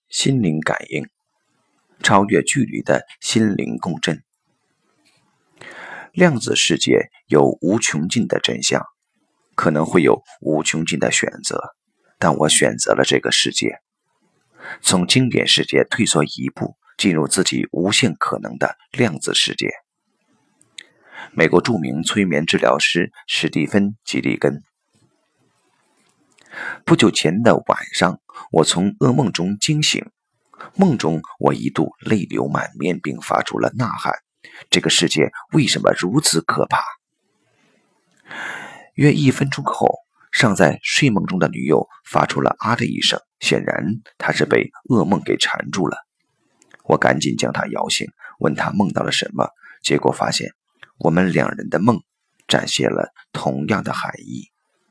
心灵感应，超越距离的心灵共振。量子世界有无穷尽的真相，可能会有无穷尽的选择，但我选择了这个世界，从经典世界退缩一步，进入自己无限可能的量子世界。美国著名催眠治疗师史蒂芬·吉利根。不久前的晚上，我从噩梦中惊醒，梦中我一度泪流满面，并发出了呐喊：这个世界为什么如此可怕？约1分钟后，尚在睡梦中的女友发出了啊的一声，显然她是被噩梦给缠住了。我赶紧将她摇醒，问她梦到了什么，结果发现我们两人的梦展现了同样的含义。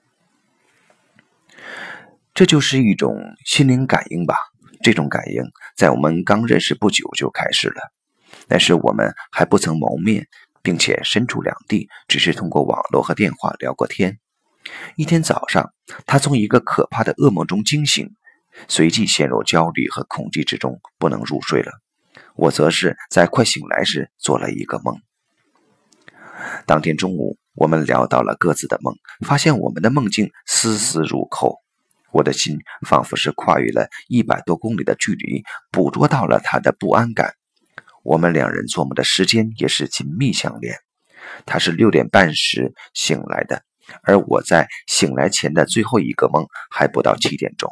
这就是一种心灵感应吧。这种感应在我们刚认识不久就开始了，但是我们还不曾谋面，并且身处两地，只是通过网络和电话聊过天。一天早上，他从一个可怕的噩梦中惊醒，随即陷入焦虑和恐惧之中，不能入睡了。我则是在快醒来时做了一个梦。当天中午，我们聊到了各自的梦，发现我们的梦境丝丝入扣。我的心仿佛是跨越了100多公里的距离，捕捉到了他的不安感。我们两人做梦的时间也是紧密相连。他是6点半时醒来的，而我在醒来前的最后一个梦还不到7点钟。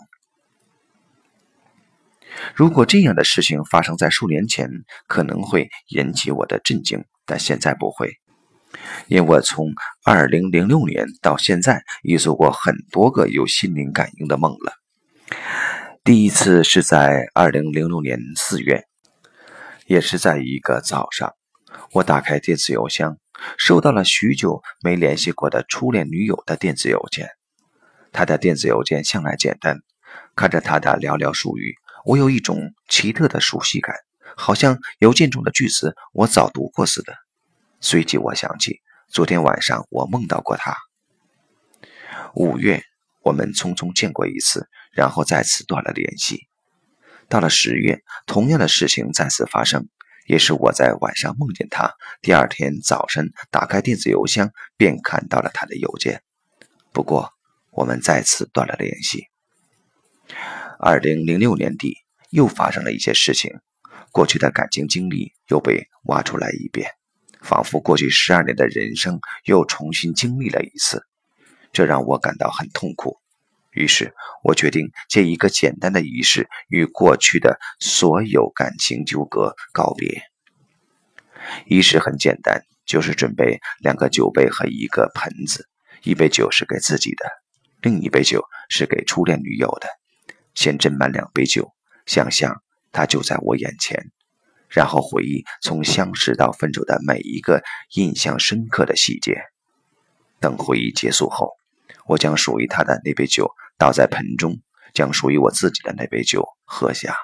如果这样的事情发生在数年前，可能会引起我的震惊，但现在不会。因为我从2006年到现在已做过很多个有心灵感应的梦了。第一次是在2006年4月，也是在一个早上，我打开电子邮箱，收到了许久没联系过的初恋女友的电子邮件。她的电子邮件向来简单，看着她的寥寥数语，我有一种奇特的熟悉感，好像邮件中的句子我早读过似的。随即我想起昨天晚上我梦到过他。5月，我们匆匆见过一次，然后再次断了联系。到了10月，同样的事情再次发生，也是我在晚上梦见他，第二天早晨打开电子邮箱便看到了他的邮件。不过我们再次断了联系。2006年底又发生了一些事情，过去的感情经历又被挖出来一遍，仿佛过去12年的人生又重新经历了一次，这让我感到很痛苦。于是我决定借一个简单的仪式与过去的所有感情纠葛告别。仪式很简单，就是准备2个酒杯和一个盆子，一杯酒是给自己的，另一杯酒是给初恋女友的。先斟满2杯酒，想象她就在我眼前，然后回忆从相识到分手的每一个印象深刻的细节。等回忆结束后，我将属于他的那杯酒倒在盆中，将属于我自己的那杯酒喝下。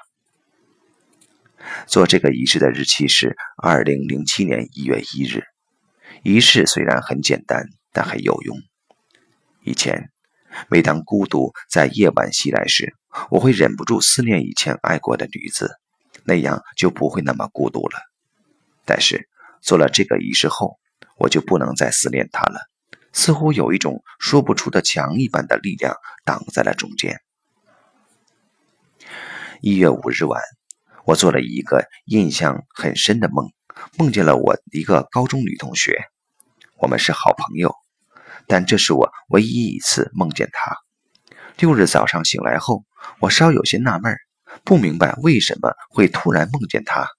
做这个仪式的日期是2007年1月1日。仪式虽然很简单，但很有用。以前每当孤独在夜晚袭来时，我会忍不住思念以前爱过的女子，那样就不会那么孤独了。但是做了这个仪式后，我就不能再思念她了，似乎有一种说不出的墙一般的力量挡在了中间。1月5日晚，我做了一个印象很深的梦，梦见了我一个高中女同学。我们是好朋友，但这是我唯一一次梦见她。6日早上醒来后，我稍有些纳闷，不明白为什么会突然梦见她。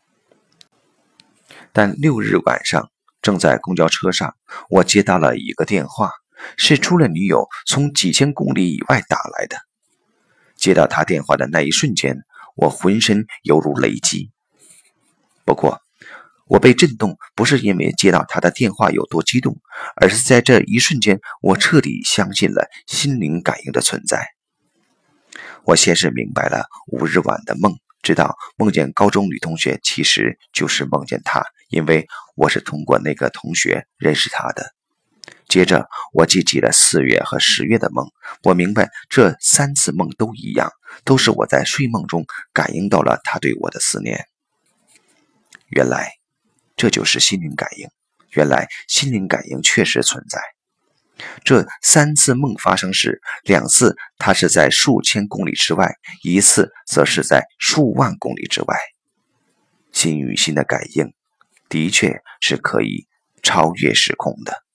但6日晚上正在公交车上，我接到了一个电话，是初恋女友从几千公里以外打来的。接到她电话的那一瞬间，我浑身犹如雷击。不过我被震动不是因为接到她的电话有多激动，而是在这一瞬间，我彻底相信了心灵感应的存在。我先是明白了5日晚的梦，知道梦见高中女同学其实就是梦见她，因为我是通过那个同学认识她的。 接着我记起了4月和10月的梦，我明白这3次梦都一样，都是我在睡梦中感应到了他对我的思念。原来这就是心灵感应，原来心灵感应确实存在。这3次梦发生时，2次它是在数千公里之外，1次则是在数万公里之外。心与心的感应的确是可以超越时空的。